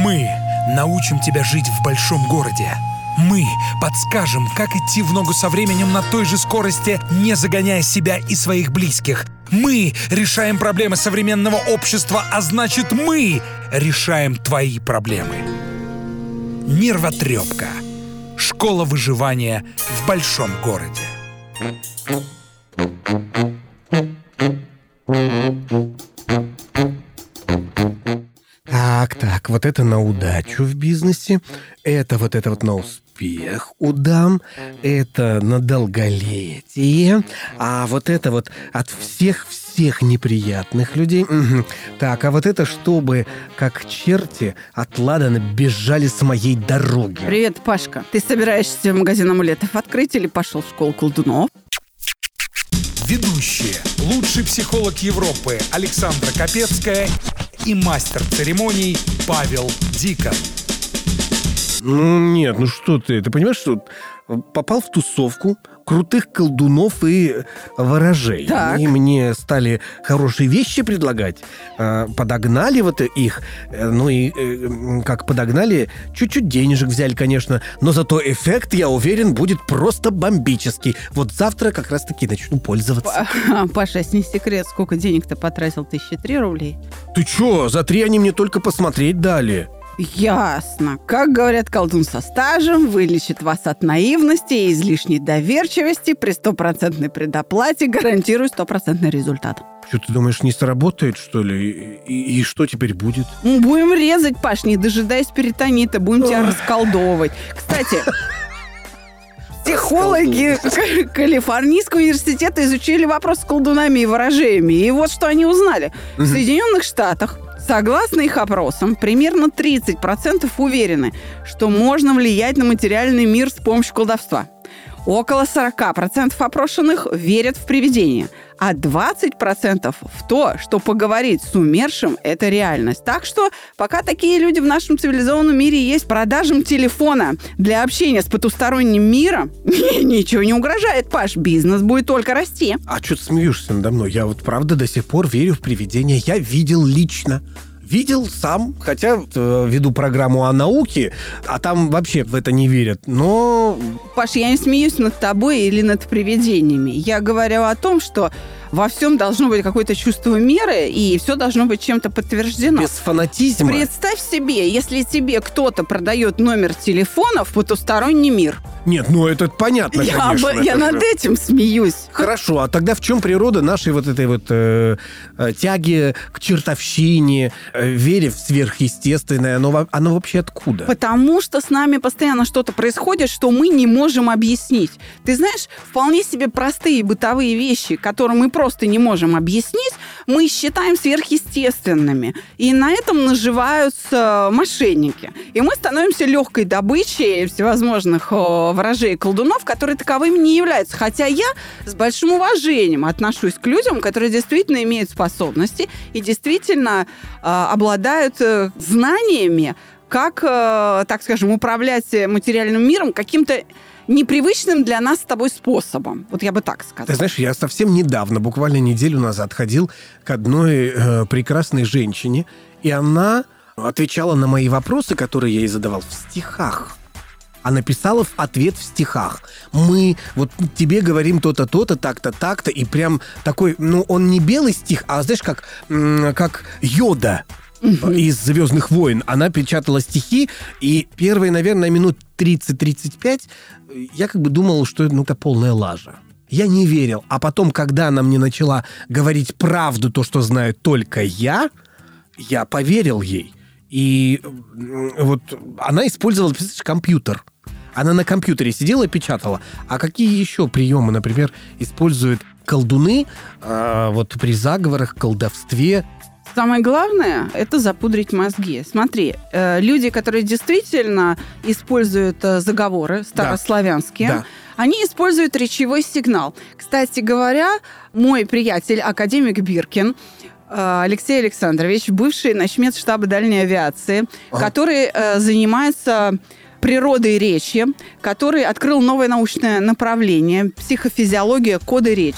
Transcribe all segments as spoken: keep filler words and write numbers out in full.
Мы научим тебя жить в большом городе. Мы подскажем, как идти в ногу со временем на той же скорости, не загоняя себя и своих близких. Мы решаем проблемы современного общества, а значит, мы решаем твои проблемы. Нервотрепка. Школа выживания в большом городе. Так, так, вот это на удачу в бизнесе, это вот это вот на успех у дам, это на долголетие, а вот это вот от всех-всех неприятных людей. Угу. Так, а вот это чтобы, как черти, от ладана бежали с моей дороги. Привет, Пашка. Ты собираешься магазин амулетов открыть или пошел в школу колдунов? Ведущие. Лучший психолог Европы Александра Капецкая и мастер церемоний Павел Дикон. Ну нет, ну что ты, ты понимаешь, что попал в тусовку крутых колдунов и ворожей. Так. Они мне стали хорошие вещи предлагать. Подогнали вот их. Ну и как подогнали, чуть-чуть денежек взяли, конечно. Но зато эффект, я уверен, будет просто бомбический. Вот завтра как раз-таки начну пользоваться. Паша, если не секрет, сколько денег ты потратил? Тысячи три рублей? Ты чё? За три они мне только посмотреть дали. Ясно. Как говорят, колдун со стажем вылечит вас от наивности и излишней доверчивости. При стопроцентной предоплате гарантирую стопроцентный результат. Что, ты думаешь, не сработает, что ли? И, и, и что теперь будет? Будем резать, Паш, не дожидаясь перитонита. Будем тебя расколдовывать. Кстати... Психологи Калифорнийского университета изучили вопрос с колдунами и ворожеями. И вот что они узнали. В Соединенных Штатах, согласно их опросам, примерно тридцать процентов уверены, что можно влиять на материальный мир с помощью колдовства. Около сорок процентов опрошенных верят в привидения, а двадцать процентов в то, что поговорить с умершим – это реальность. Так что пока такие люди в нашем цивилизованном мире есть, продажам телефона для общения с потусторонним миром ничего не угрожает, Паш. Бизнес будет только расти. А что ты смеешься надо мной? Я вот правда до сих пор верю в привидения. Я видел лично. Видел сам, хотя э, веду программу о науке, а там вообще в это не верят, но... Паш, я не смеюсь над тобой или над привидениями. Я говорю о том, что во всем должно быть какое-то чувство меры, и все должно быть чем-то подтверждено. Без фанатизма. Представь себе, если тебе кто-то продает номер телефона в потусторонний мир. Нет, ну это понятно, я конечно. Бы, я над этим смеюсь. Хорошо, а тогда в чем природа нашей вот этой вот э, э, тяги к чертовщине, э, вере в сверхъестественное? Оно, оно вообще откуда? Потому что с нами постоянно что-то происходит, что мы не можем объяснить. Ты знаешь, вполне себе простые бытовые вещи, которые мы просто не можем объяснить, мы считаем сверхъестественными. И на этом наживаются мошенники. И мы становимся легкой добычей всевозможных ворожей и колдунов, которые таковыми не являются. Хотя я с большим уважением отношусь к людям, которые действительно имеют способности и действительно э, обладают э, знаниями, как, э, так скажем, управлять материальным миром каким-то непривычным для нас с тобой способом. Вот я бы так сказала. Ты знаешь, я совсем недавно, буквально неделю назад, ходил к одной э, прекрасной женщине, и она отвечала на мои вопросы, которые я ей задавал, в стихах. А написала в ответ в стихах. Мы вот тебе говорим то-то, то-то, так-то, так-то, и прям такой, ну, он не белый стих, а, знаешь, как, как Йода из «Звездных войн». Она печатала стихи, и первые, наверное, минут тридцать-тридцать пять я как бы думал, что ну, это полная лажа. Я не верил. А потом, когда она мне начала говорить правду, то, что знаю только я, я поверил ей. И вот она использовала, представляешь, компьютер. Она на компьютере сидела и печатала. А какие еще приемы, например, используют колдуны э, вот при заговорах, колдовстве? Самое главное – это запудрить мозги. Смотри, э, люди, которые действительно используют э, заговоры старославянские, да. они используют речевой сигнал. Кстати говоря, мой приятель, академик Биркин, Алексей Александрович, бывший начмед штаба дальней авиации, ага. который э, занимается природой речи, который открыл новое научное направление – психофизиология кода речи.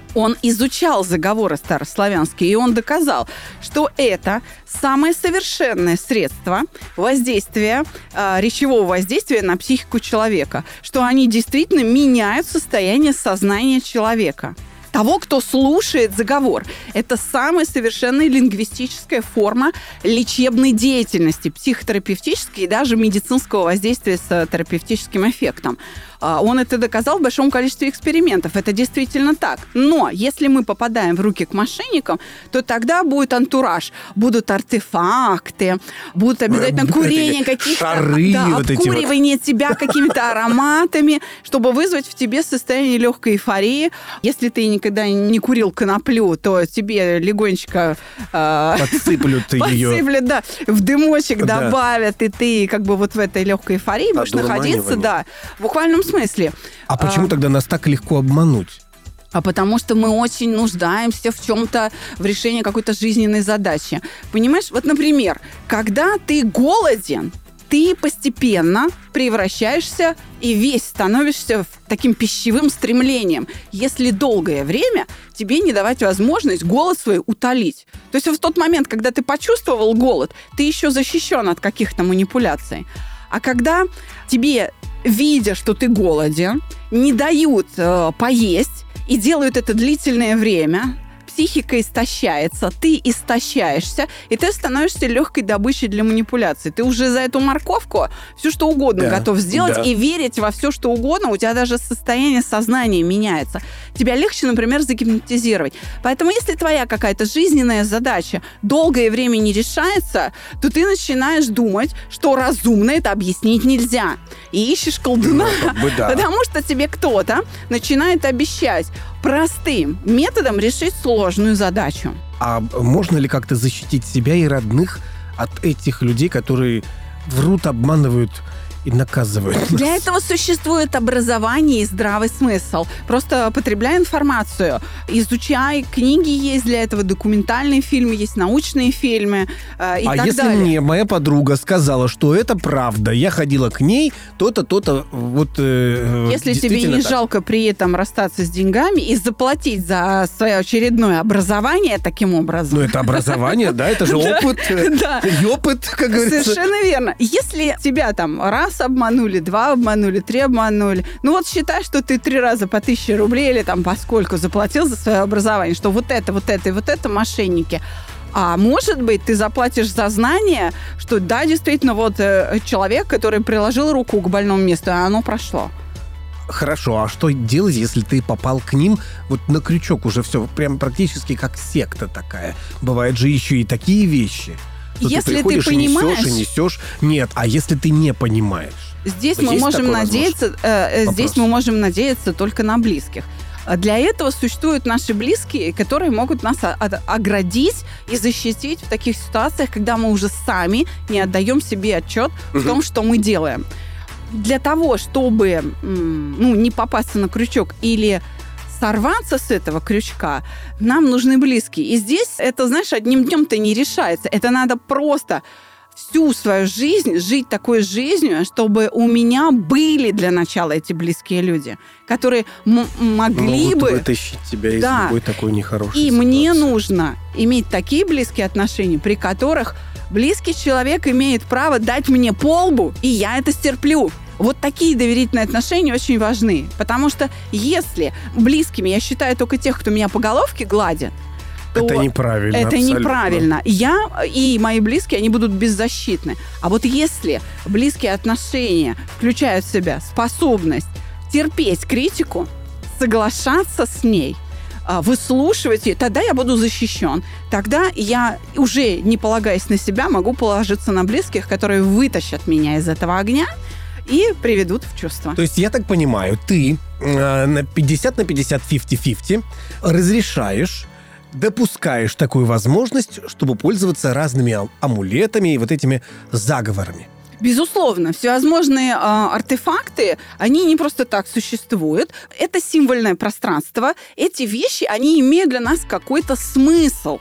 Он изучал заговоры старославянские, и он доказал, что это самое совершенное средство воздействия, э, речевого воздействия на психику человека, что они действительно меняют состояние сознания человека. Того, кто слушает заговор. Это самая совершенная лингвистическая форма лечебной деятельности, психотерапевтической и даже медицинского воздействия с терапевтическим эффектом. Он это доказал в большом количестве экспериментов. Это действительно так. Но если мы попадаем в руки к мошенникам, то тогда будет антураж, будут артефакты, будут обязательно курение каких-то... Шары, да, вот обкуривание эти вот. тебя какими-то ароматами, чтобы вызвать в тебе состояние легкой эйфории. Если ты никогда не курил коноплю, то тебе легонечко... Э, подсыплют ее. Подсыплют, да. В дымочек да. добавят, и ты как бы вот в этой легкой эйфории будешь находиться, да, в буквальном смысле. А почему а, тогда нас так легко обмануть? А потому что мы очень нуждаемся в чем-то, в решении какой-то жизненной задачи. Понимаешь, вот, например, когда ты голоден, ты постепенно превращаешься и весь становишься таким пищевым стремлением, если долгое время тебе не давать возможность голод свой утолить. То есть в тот момент, когда ты почувствовал голод, ты еще защищен от каких-то манипуляций. А когда тебе, видя, что ты голоден, не дают э, поесть и делают это длительное время, психика истощается, ты истощаешься, и ты становишься легкой добычей для манипуляций. Ты уже за эту морковку все что угодно да, готов сделать да. и верить во все что угодно. У тебя даже состояние сознания меняется. Тебя легче, например, загипнотизировать. Поэтому если твоя какая-то жизненная задача долгое время не решается, то ты начинаешь думать, что разумно это объяснить нельзя. И ищешь колдуна, ну, как бы да. потому что тебе кто-то начинает обещать простым методом решить сложную задачу. А можно ли как-то защитить себя и родных от этих людей, которые врут, обманывают и наказывают? Для этого существует образование и здравый смысл. Просто потребляй информацию, изучай. Книги есть для этого, документальные фильмы, есть научные фильмы э, и а так если далее. Мне моя подруга сказала, что это правда, я ходила к ней, то-то, то-то, вот э, если тебе не так. жалко при этом расстаться с деньгами и заплатить за свое очередное образование таким образом. Ну, это образование, да, это же опыт. И опыт, как говорится. Совершенно верно. Если тебя там раз обманули, два обманули, три обманули. Ну вот считай, что ты три раза по тысяче рублей или там поскольку заплатил за свое образование, что вот это, вот это и вот это мошенники. А может быть, ты заплатишь за знание, что да, действительно, вот э, человек, который приложил руку к больному месту, а оно прошло. Хорошо, а что делать, если ты попал к ним вот на крючок уже все, прям практически как секта такая? Бывают же еще и такие вещи. Что если ты приходишь ты понимаешь, и несешь, и несешь. Нет, а если ты не понимаешь? Здесь мы можем надеяться, э, здесь мы можем надеяться только на близких. Для этого существуют наши близкие, которые могут нас оградить и защитить в таких ситуациях, когда мы уже сами не отдаем себе отчет угу. в том, что мы делаем. Для того, чтобы ну, не попасться на крючок или сорваться с этого крючка, нам нужны близкие. И здесь это, знаешь, одним днем-то не решается. Это надо просто всю свою жизнь жить такой жизнью, чтобы у меня были для начала эти близкие люди, которые м- могли могут бы... вытащить тебя из да. любой такой нехорошей И ситуации. мне нужно иметь такие близкие отношения, при которых близкий человек имеет право дать мне по лбу, и я это стерплю. Вот такие доверительные отношения очень важны. Потому что если близкими я считаю только тех, кто меня по головке гладит, то это неправильно. Это абсолютно. неправильно. Я и мои близкие, они будут беззащитны. А вот если близкие отношения включают в себя способность терпеть критику, соглашаться с ней, выслушивать ее, тогда я буду защищен. Тогда я, уже не полагаясь на себя, могу положиться на близких, которые вытащат меня из этого огня и приведут в чувство. То есть, я так понимаю, ты э, на пятьдесят на пятьдесят, пятьдесят на пятьдесят разрешаешь, допускаешь такую возможность, чтобы пользоваться разными амулетами и вот этими заговорами. Безусловно, всевозможные э, артефакты, они не просто так существуют. Это символьное пространство. Эти вещи, они имеют для нас какой-то смысл.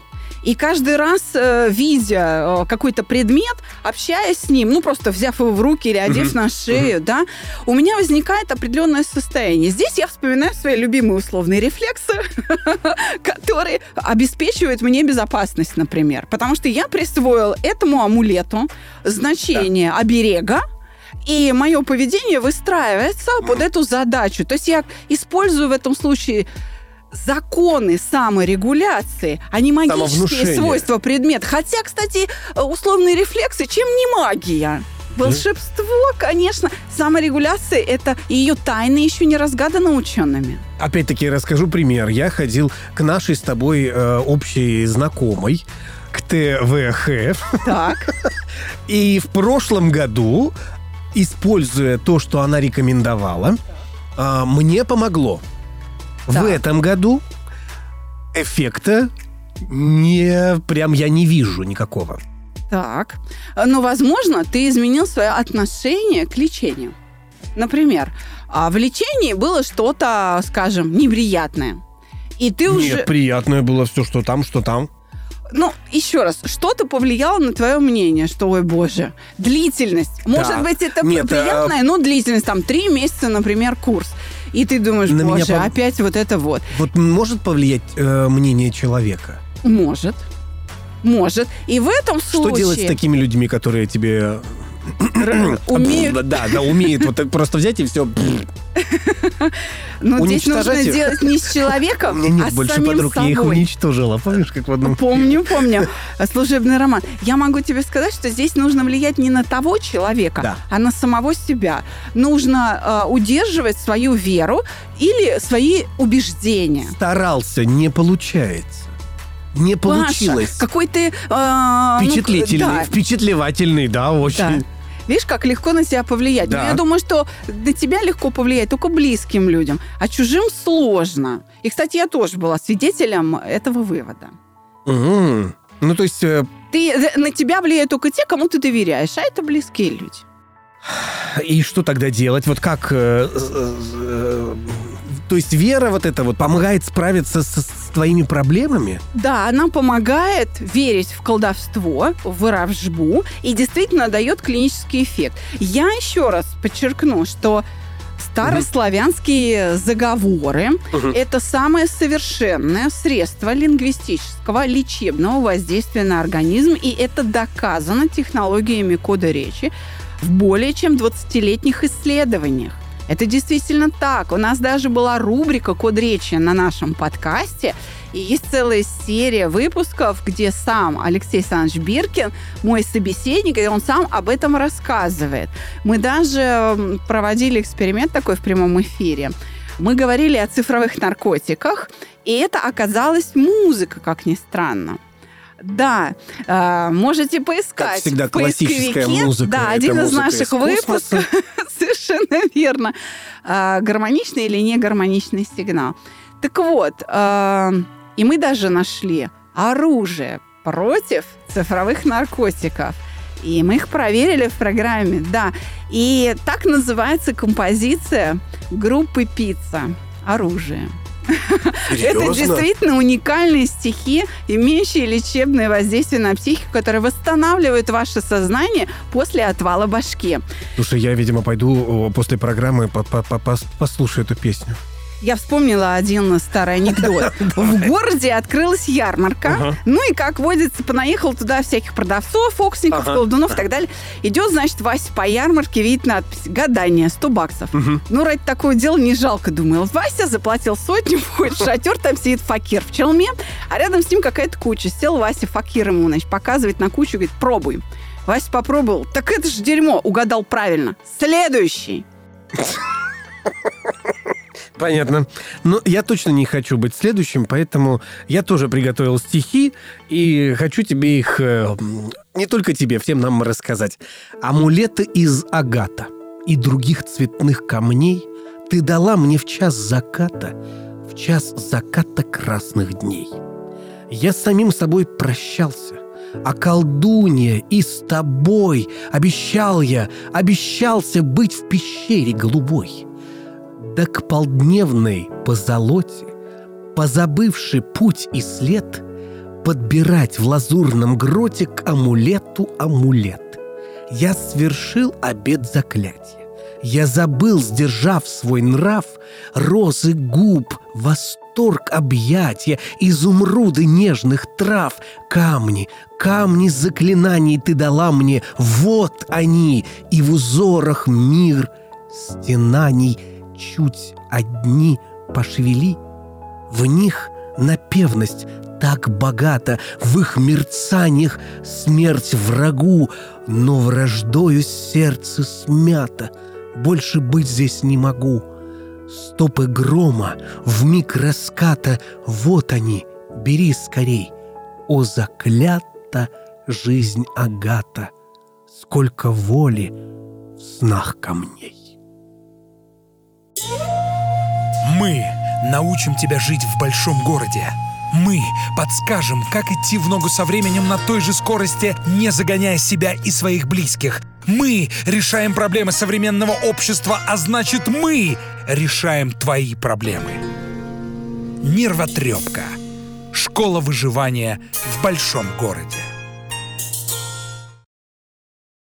И каждый раз, э, видя э, какой-то предмет, общаясь с ним, ну, просто взяв его в руки или одев mm-hmm. на шею, mm-hmm. да, у меня возникает определенное состояние. Здесь я вспоминаю свои любимые условные рефлексы, которые обеспечивают мне безопасность, например. Потому что я присвоил этому амулету значение да. оберега, и мое поведение выстраивается mm-hmm. под эту задачу. То есть я использую в этом случае законы саморегуляции, а не магические свойства предмета. Хотя, кстати, условные рефлексы, чем не магия? Волшебство, конечно. Саморегуляция, это ее тайны еще не разгаданы учеными. Опять-таки расскажу пример. Я ходил к нашей с тобой э, общей знакомой, к ТВХ. Так. И в прошлом году, используя то, что она рекомендовала, э, мне помогло. Так. В этом году эффекта не, прям я не вижу никакого. Так. Но, возможно, ты изменил свое отношение к лечению. Например, в лечении было что-то, скажем, неприятное. И ты уже... Нет, приятное было все, что там, что там. Ну, еще раз, что-то повлияло на твое мнение, что, ой, боже, длительность. Может да. быть, это Нет, приятная, а... но длительность, там, три месяца, например, курс. И ты думаешь, на боже, меня опять вот это вот. Вот может повлиять э, мнение человека? Может. Может. И в этом случае... Что делать с такими людьми, которые тебе... Умеют... Да, да, умеют вот просто взять и все... Но здесь нужно их. делать не с человеком, У меня нет а больше с самим подруг, собой. Я их уничтожила. Помнишь, как в одном Помню, помню. Служебный роман. Я могу тебе сказать, что здесь нужно влиять не на того человека, да. а на самого себя. Нужно э, удерживать свою веру или свои убеждения. Старался, не получается. Не получилось. Паша, какой ты... Э, впечатлительный, ну, да. впечатлевательный, да, очень... Да. Видишь, как легко на себя повлиять. Да. Но я думаю, что на тебя легко повлиять только близким людям, а чужим сложно. И, кстати, я тоже была свидетелем этого вывода. Угу. Ну, то есть... Э... Ты, на тебя влияют только те, кому ты доверяешь, а это близкие люди. И что тогда делать? Вот как... Э, э, э, то есть вера вот эта вот помогает справиться с, с твоими проблемами? Да, она помогает верить в колдовство, в ворожбу и действительно дает клинический эффект. Я еще раз подчеркну, что старославянские угу. заговоры угу. – это самое совершенное средство лингвистического лечебного воздействия на организм, и это доказано технологиями кода речи в более чем двадцатилетних исследованиях. Это действительно так. У нас даже была рубрика «Код речи» на нашем подкасте. И есть целая серия выпусков, где сам Алексей Александрович Биркин, мой собеседник, и он сам об этом рассказывает. Мы даже проводили эксперимент такой в прямом эфире. Мы говорили о цифровых наркотиках, и это оказалась музыка, как ни странно. Да, э, можете поискать. Как всегда, классическая музыка. Да, один из наших выпусков. Совершенно верно. Э, гармоничный или не гармоничный сигнал. Так вот, э, и мы даже нашли оружие против цифровых наркотиков. И мы их проверили в программе, да. И так называется композиция группы «Пицца» «Оружие». Серьезно? Это действительно уникальные стихи, имеющие лечебное воздействие на психику, которые восстанавливают ваше сознание после отвала башки. Слушай, я, видимо, пойду после программы послушаю эту песню. Я вспомнила один старый анекдот. В городе открылась ярмарка. Ага. Ну и, как водится, понаехал туда всяких продавцов, фокусников, ага. колдунов и так далее. Идет, значит, Вася по ярмарке, видит надпись «Гадание, сто баксов». Угу. Ну, ради такого дела не жалко, думаю. Вася заплатил сотню, входит в шатер, там сидит факир в челме, а рядом с ним какая-то куча. Сел Вася, факир ему, значит, показывает на кучу, говорит, пробуй. Вася попробовал. Так это же дерьмо. Угадал правильно. Следующий. Понятно. Но я точно не хочу быть следующим, поэтому я тоже приготовил стихи и хочу тебе их, не только тебе, всем нам рассказать. «Амулеты из агата и других цветных камней ты дала мне в час заката, в час заката красных дней. Я с самим собой прощался, а колдунья и с тобой обещал я, обещался быть в пещере голубой. Да к полдневной позолоте, позабывши путь и след, подбирать в лазурном гроте к амулету амулет. Я свершил обет заклятия. Я забыл, сдержав свой нрав, розы губ, восторг объятия, изумруды нежных трав, камни, камни заклинаний ты дала мне, вот они, и в узорах мир стенаний чуть одни пошевели. В них напевность так богата, в их мерцаниях смерть врагу, но враждою сердце смято, больше быть здесь не могу. Стопы грома вмиг раската, вот они, бери скорей. О, заклята жизнь Агата, сколько воли в снах камней. Мы научим тебя жить в большом городе. Мы подскажем, как идти в ногу со временем на той же скорости, не загоняя себя и своих близких. Мы решаем проблемы современного общества, а значит, мы решаем твои проблемы. Нервотрепка. Школа выживания в большом городе.